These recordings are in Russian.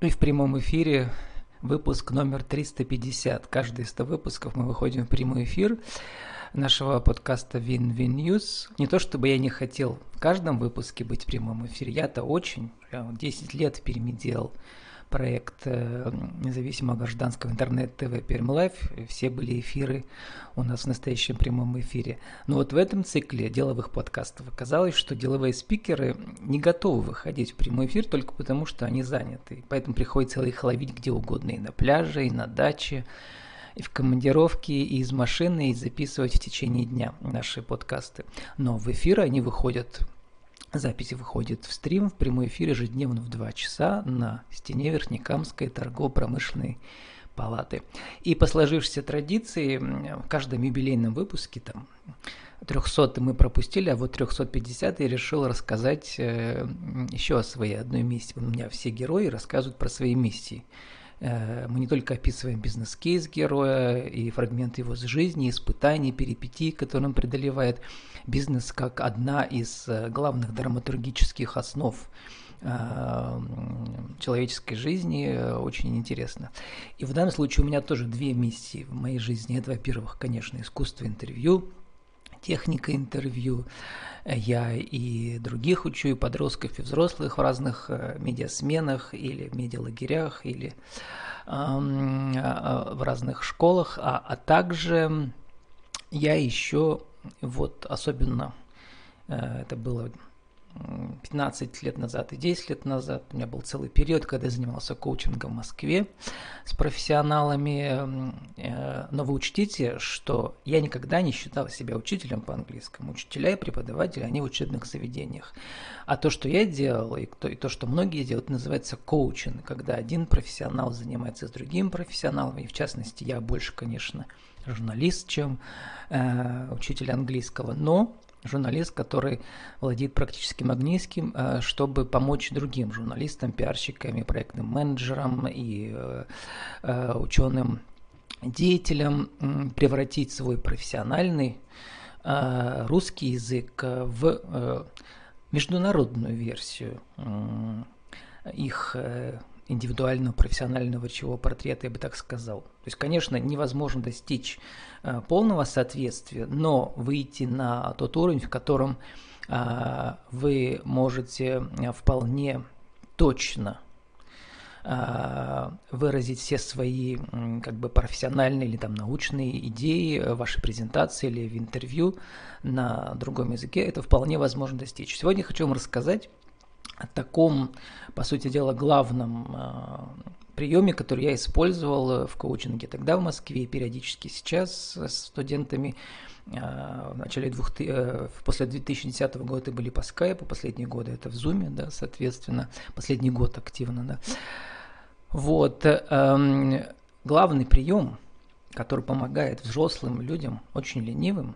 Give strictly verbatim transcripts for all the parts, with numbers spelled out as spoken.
И в прямом эфире выпуск номер триста пятьдесят. Каждые сто выпусков мы выходим в прямой эфир нашего подкаста Win-Win News. Не то чтобы я не хотел в каждом выпуске быть в прямом эфире, я-то очень. Я вот десять лет в Перми делал проект независимого гражданского интернет-ТВ Пермь Лайв. Все были эфиры у нас в настоящем прямом эфире. Но вот в этом цикле деловых подкастов оказалось, что деловые спикеры не готовы выходить в прямой эфир только потому, что они заняты. Поэтому приходится их ловить где угодно, и на пляже, и на даче, и в командировке, и из машины, и записывать в течение дня наши подкасты. Но в эфир они выходят. Запись выходит в стрим, в прямой эфир ежедневно в два часа на стене Верхнекамской торгово-промышленной палаты. И по сложившейся традиции в каждом юбилейном выпуске, там, трехсотый мы пропустили, а вот триста пятидесятый я решил рассказать э, еще о своей одной миссии. У меня все герои рассказывают про свои миссии. Мы не только описываем бизнес-кейс героя и фрагменты его жизни, испытаний, перипетий, которые он преодолевает. Бизнес как одна из главных драматургических основ человеческой жизни. Очень интересно. И в данном случае у меня тоже две миссии в моей жизни. Это, во-первых, конечно, искусство интервью, техника интервью. Я и других учу, и подростков, и взрослых в разных медиасменах, или медиалагерях, или э, в разных школах. А, а также я еще, вот особенно, э, это было пятнадцать лет назад и десять лет назад, у меня был целый период, когда я занимался коучингом в Москве с профессионалами. Но вы учтите, что я никогда не считал себя учителем по английскому. Учителя и преподаватели, они в учебных заведениях. А то, что я делал, и то, и то что многие делают, называется коучинг, когда один профессионал занимается с другим профессионалом. И в частности, я больше, конечно, журналист, чем э, учитель английского, но журналист, который владеет практическим английским, чтобы помочь другим журналистам, пиарщикам, и проектным менеджерам и ученым деятелям превратить свой профессиональный русский язык в международную версию их индивидуального профессионального речевого портрета, я бы так сказал. То есть, конечно, невозможно достичь э, полного соответствия, но выйти на тот уровень, в котором э, вы можете вполне точно э, выразить все свои э, как бы профессиональные или там научные идеи, ваши презентации или в интервью на другом языке, это вполне возможно достичь. Сегодня я хочу вам рассказать о таком, по сути дела, главном э, приеме, который я использовал в коучинге тогда в Москве и периодически сейчас с студентами. Э, в начале двух, э, после две тысячи десятого года это были по скайпу, последние годы это в зуме, да, соответственно, последний год активно, да. Вот, э, главный прием, который помогает взрослым людям, очень ленивым,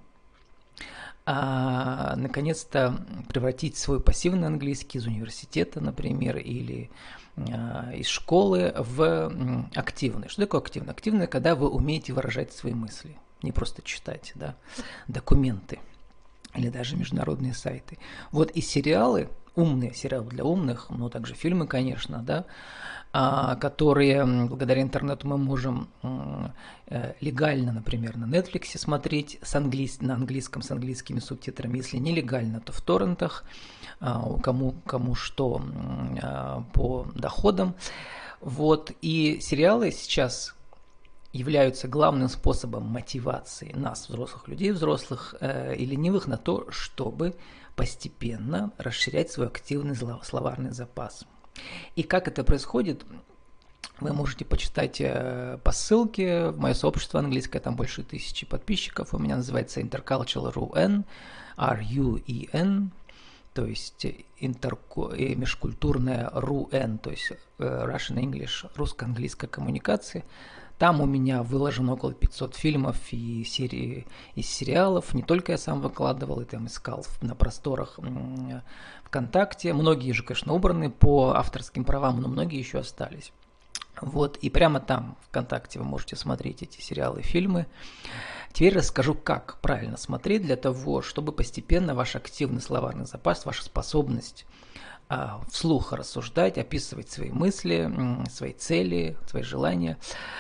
а, наконец-то превратить свой пассивный английский из университета, например, или а, из школы в м, активный. Что такое активный? Активный, когда вы умеете выражать свои мысли, не просто читать, да, документы или даже международные сайты. Вот и сериалы, умные сериалы для умных, но также фильмы, конечно, да, которые благодаря интернету мы можем легально, например, на Netflix смотреть с английс... на английском с английскими субтитрами, если нелегально, то в торрентах, кому, кому что по доходам. Вот. И сериалы сейчас являются главным способом мотивации нас, взрослых людей, взрослых и ленивых, на то, чтобы постепенно расширять свой активный словарный запас. И как это происходит, вы можете почитать по ссылке в мое сообщество английское, там больше тысячи подписчиков, у меня называется Intercultural эр у эн, эр ю и эн, то есть интерку... межкультурная эр у эн, то есть Russian English, русско-английская коммуникация. Там у меня выложено около пятисот фильмов и серии из сериалов. Не только я сам выкладывал, и там искал на просторах ВКонтакте. Многие же, конечно, убраны по авторским правам, но многие еще остались. Вот, и прямо там, ВКонтакте, вы можете смотреть эти сериалы, фильмы. Теперь расскажу, как правильно смотреть для того, чтобы постепенно ваш активный словарный запас, ваша способность а, вслух рассуждать, описывать свои мысли, свои цели, свои желания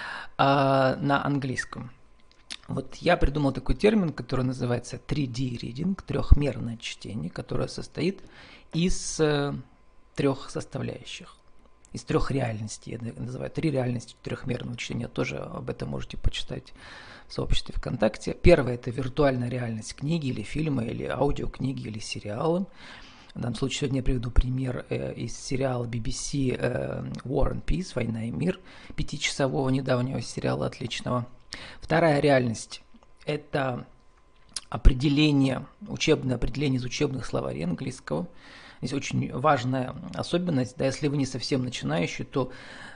а, на английском. Вот я придумал такой термин, который называется три ди reading, трехмерное чтение, которое состоит из э, трех составляющих, из трех реальностей. Я называю три реальности трехмерного чтения. Тоже об этом можете почитать в сообществе ВКонтакте. Первое – это виртуальная реальность книги или фильма, или аудиокниги, или сериала. В данном случае сегодня я приведу пример э, из сериала би би си э, War and Peace, «Война и мир», пятичасового недавнего сериала отличного. Вторая реальность – это определение, учебное определение из учебных словарей английского. Здесь очень важная особенность, да, если вы не совсем начинающий, то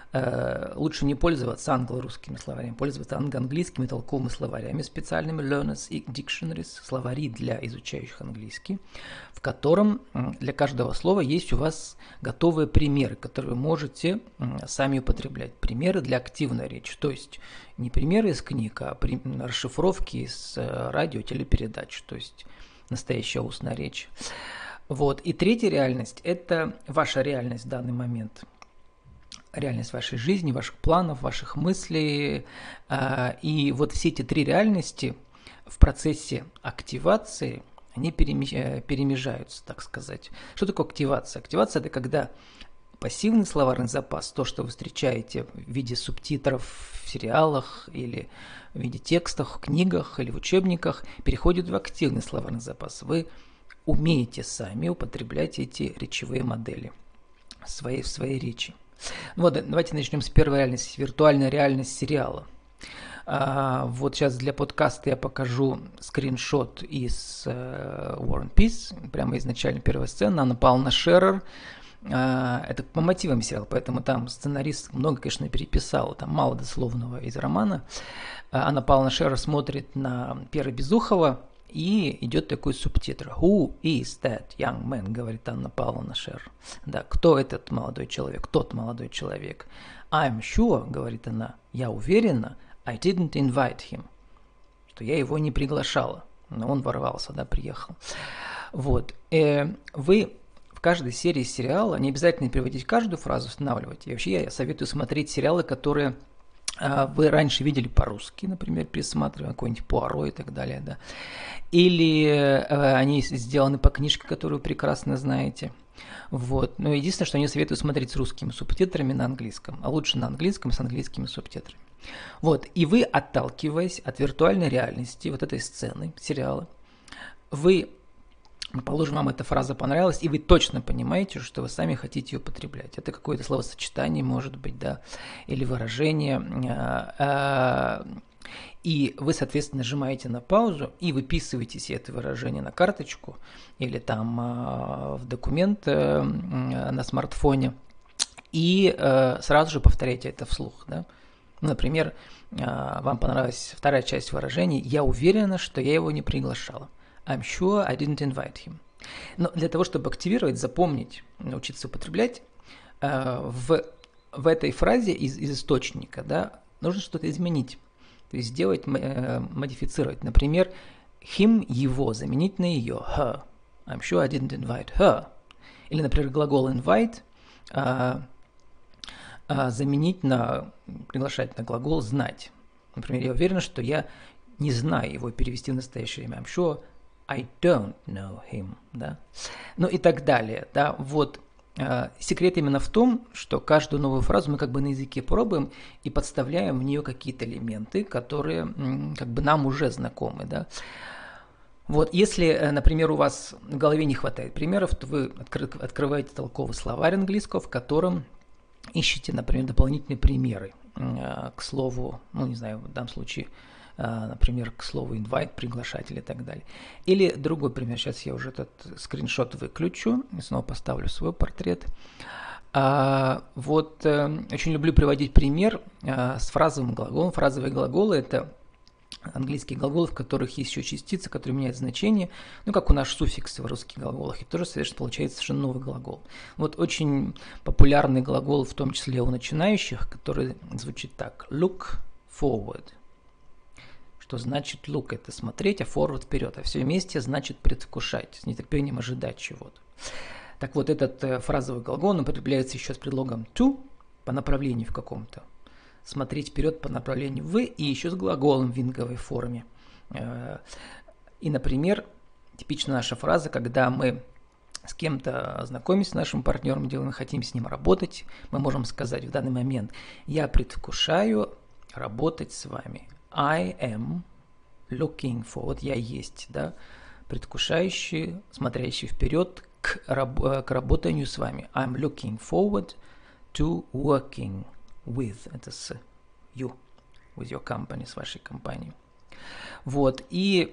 э, лучше не пользоваться англо-русскими словарями, пользоваться английскими толковыми словарями, специальными learners dictionaries, словари для изучающих английский, в котором для каждого слова есть у вас готовые примеры, которые вы можете сами употреблять. Примеры для активной речи, то есть не примеры из книг, а при, расшифровки из радио, телепередач, то есть настоящая устная речь. Вот. И третья реальность – это ваша реальность в данный момент. Реальность вашей жизни, ваших планов, ваших мыслей. И вот все эти три реальности в процессе активации, они перемежаются, так сказать. Что такое активация? Активация – это когда пассивный словарный запас, то, что вы встречаете в виде субтитров в сериалах или в виде текстов в книгах или в учебниках, переходит в активный словарный запас. Вы умеете сами употреблять эти речевые модели в своей, в своей речи. Вот, давайте начнем с первой реальности, виртуальная реальность сериала. А, вот сейчас для подкаста я покажу скриншот из uh, War and Peace, прямо изначально первая сцена, она напала на Шерер. А, это по мотивам сериала, поэтому там сценарист много, конечно, переписал, там мало дословного из романа. А, Анна Павловна Шерер смотрит на Пьера Безухова, и идет такой субтитр. Who is that young man? Говорит Анна Павловна Шерер. Да, кто этот молодой человек? Тот молодой человек. I'm sure, говорит она, я уверена, I didn't invite him. Что я его не приглашала. Но он ворвался, да, приехал. Вот. Э, вы в каждой серии сериала, не обязательно переводить каждую фразу, устанавливать. И вообще я советую смотреть сериалы, которые вы раньше видели по-русски, например, пересматривая какой-нибудь Пуаро и так далее, да. Или э, они сделаны по книжке, которую вы прекрасно знаете. Вот. Но единственное, что я не советую смотреть с русскими субтитрами на английском, а лучше на английском с английскими субтитрами. Вот. И вы, отталкиваясь от виртуальной реальности вот этой сцены сериала, вы, положим, вам эта фраза понравилась, и вы точно понимаете, что вы сами хотите ее употреблять. Это какое-то словосочетание, может быть, да, или выражение. И вы, соответственно, нажимаете на паузу и выписываете себе это выражение на карточку или там в документ на смартфоне и сразу же повторяйте это вслух. Да? Например, вам понравилась вторая часть выражения «Я уверена, что я его не приглашала». I'm sure I didn't invite him. Но для того, чтобы активировать, запомнить, научиться употреблять, в, в этой фразе из, из источника, да, нужно что-то изменить. То есть сделать, модифицировать. Например, him, его, заменить на ее, her. I'm sure I didn't invite her. Или, например, глагол invite а, а, заменить на, приглашать на глагол знать. Например, я уверен, что я не знаю его, перевести в настоящее время. I'm sure I don't know him. Да? Ну и так далее. Да? Вот. Секрет именно в том, что каждую новую фразу мы как бы на языке пробуем и подставляем в нее какие-то элементы, которые как бы нам уже знакомы. Да? Вот, если, например, у вас в голове не хватает примеров, то вы откры- открываете толковый словарь английского, в котором ищете, например, дополнительные примеры к слову, ну не знаю, в данном случае, например, к слову invite, приглашать или так далее. Или другой пример. Сейчас я уже этот скриншот выключу и снова поставлю свой портрет. А, вот очень люблю приводить пример с фразовым глаголом. Фразовые глаголы – это английские глаголы, в которых есть еще частица, которая меняет значение, ну, как у нас суффиксы в русских глаголах, и тоже, соответственно, получается совершенно новый глагол. Вот очень популярный глагол, в том числе у начинающих, который звучит так: look forward. Что значит look – это смотреть, а forward – вперед, а все вместе значит предвкушать, с нетерпением ожидать чего-то. Так вот, этот э, фразовый глагол он употребляется еще с предлогом to по направлению в каком-то. Смотреть вперед по направлению в, и еще с глаголом в винговой форме. И, например, типичная наша фраза, когда мы с кем-то знакомимся, с нашим партнером, где мы хотим с ним работать, мы можем сказать в данный момент: я предвкушаю работать с вами. I am looking forward, я есть, да, предвкушающий, смотрящий вперед к, раб, к работанию с вами. I'm looking forward to working with, это с you, with your company, с вашей компанией. Вот, и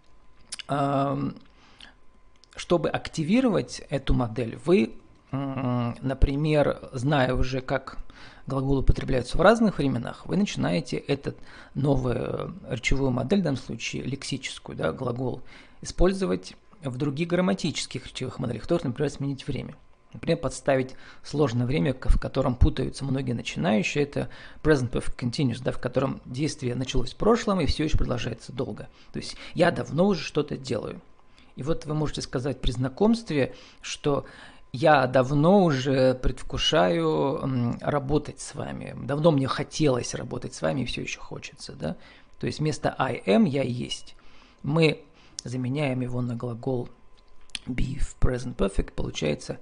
э, чтобы активировать эту модель, вы, э, например, зная уже, как глаголы употребляются в разных временах, вы начинаете эту новую речевую модель, в данном случае лексическую, да, глагол, использовать в других грамматических речевых моделях, тоже, например, сменить время. Например, подставить сложное время, в котором путаются многие начинающие, это present perfect continuous, да, в котором действие началось в прошлом и все еще продолжается долго. То есть я давно уже что-то делаю. И вот вы можете сказать при знакомстве, что я давно уже предвкушаю работать с вами. Давно мне хотелось работать с вами и все еще хочется. Да? То есть вместо I am я есть. Мы заменяем его на глагол be в present perfect, получается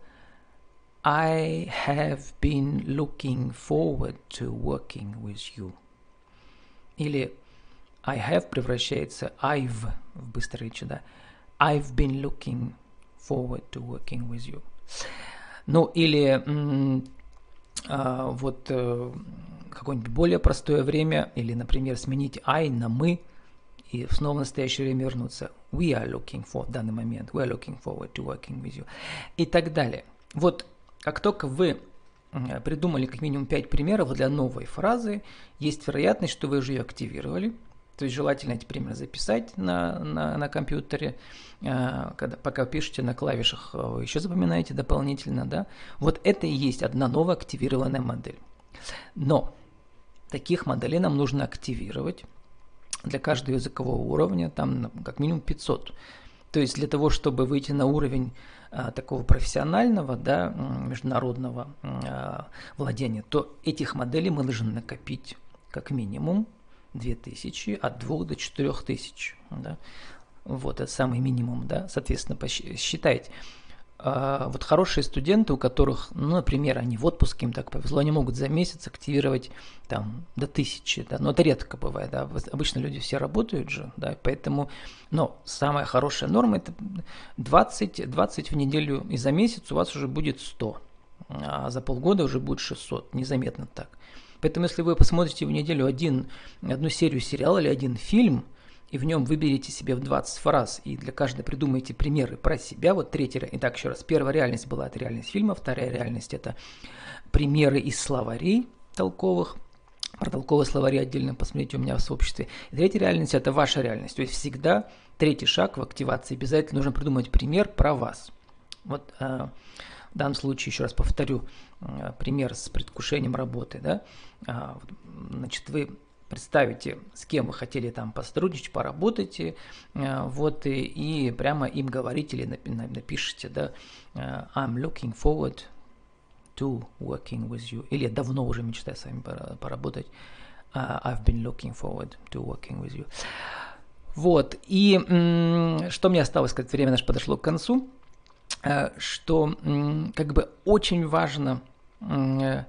I have been looking forward to working with you. Или I have превращается I've в быстрой речи, да. I've been looking forward to working with you. Ну, или м- а, вот э, какое-нибудь более простое время, или, например, сменить I на мы, и снова в настоящее время вернуться. We are looking for, в данный момент, we are looking forward to working with you. И так далее. Вот как только вы придумали как минимум пять примеров для новой фразы, есть вероятность, что вы уже ее активировали. То есть желательно эти примеры записать на, на, на компьютере, когда, пока пишете на клавишах, вы еще запоминаете дополнительно. Да? Вот это и есть одна новая активированная модель. Но таких моделей нам нужно активировать для каждого языкового уровня, там как минимум пятьсот. То есть для того, чтобы выйти на уровень а, такого профессионального, да, международного а, владения, то этих моделей мы должны накопить как минимум две тысячи, от двух до четырёх тысяч. Да. Вот это самый минимум, да, соответственно, посчитайте. А, вот хорошие студенты, у которых, ну, например, они в отпуске, им так повезло, они могут за месяц активировать там до тысячи, да, но это редко бывает, да, обычно люди все работают же, да, поэтому, но самая хорошая норма это двадцать, двадцать в неделю, и за месяц у вас уже будет сто, а за полгода уже будет шестьсот, незаметно так. Поэтому если вы посмотрите в неделю один, одну серию сериала или один фильм, и в нем выберите себе в двадцать фраз, и для каждой придумайте примеры про себя. Вот третья, итак, еще раз, первая реальность была это реальность фильма, вторая реальность это примеры из словарей толковых, про толковые словари отдельно посмотрите у меня в сообществе. И третья реальность это ваша реальность, то есть всегда третий шаг в активации, обязательно нужно придумать пример про вас. Вот э, в данном случае, еще раз повторю, э, пример с предвкушением работы, да, э, значит, вы представите, с кем вы хотели там посотрудничать, поработать, вот, и, и прямо им говорите или напишите, да, I'm looking forward to working with you, или давно уже мечтаю с вами поработать, I've been looking forward to working with you. Вот, и м- что мне осталось сказать, время наше подошло к концу, что м- как бы очень важно м-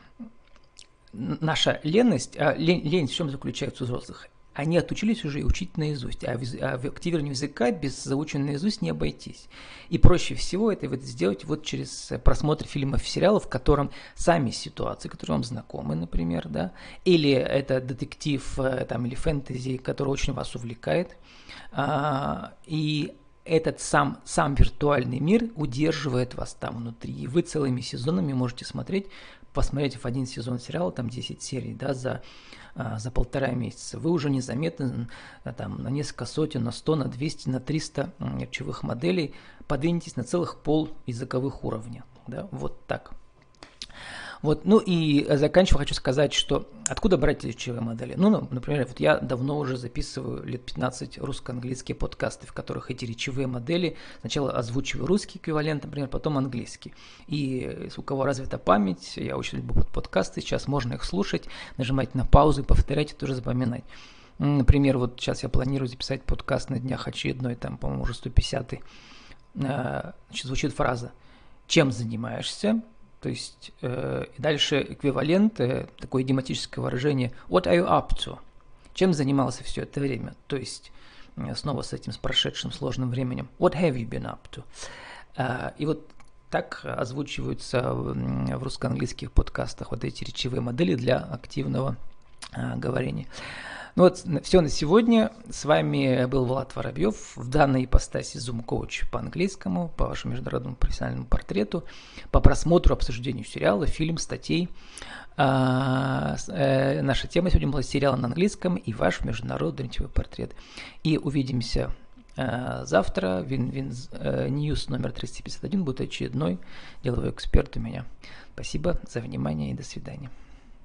наша ленность, а лень, лень в чем заключается у взрослых? Они отучились уже учить наизусть, а в, а в активировании языка без заученной наизусть не обойтись. И проще всего это вот сделать вот через просмотр фильмов и сериалов, в котором сами ситуации, которые вам знакомы, например, да, или это детектив там, или фэнтези, который очень вас увлекает, а, и этот сам, сам виртуальный мир удерживает вас там внутри, и вы целыми сезонами можете смотреть, посмотреть в один сезон сериала, там десять серий, да, за, за полтора месяца, вы уже незаметно там, на несколько сотен, на сто, на двести, на триста речевых моделей подвинетесь на целых пол языковых уровня, да, вот так. Вот, ну и заканчивая, хочу сказать, что откуда брать эти речевые модели? Ну, ну, например, вот я давно уже записываю лет пятнадцать русско-английские подкасты, в которых эти речевые модели сначала озвучиваю русский эквивалент, например, потом английский. И у кого развита память, я очень люблю подкасты, сейчас можно их слушать, нажимать на паузу и повторять, и тоже запоминать. Например, вот сейчас я планирую записать подкаст на днях очередной, там, по-моему, уже сто пятидесятый. Значит, звучит фраза «Чем занимаешься?» То есть э, дальше эквивалент, э, такое идиоматическое выражение «What are you up to?» Чем занимался все это время? То есть э, снова с этим, с прошедшим сложным временем «What have you been up to?» э, И вот так озвучиваются в, в русско-английских подкастах вот эти речевые модели для активного э, говорения. Ну вот, все на сегодня. С вами был Влад Воробьев в данной ипостаси Zoom-коуч по английскому, по вашему международному профессиональному портрету, по просмотру, обсуждению сериала, фильм, статей. А, э, наша тема сегодня была сериал на английском и ваш международный речевой портрет. И увидимся э, завтра. Вин-Вин э, Ньюс номер триста пятьдесят один будет очередной деловой эксперт у меня. Спасибо за внимание и до свидания.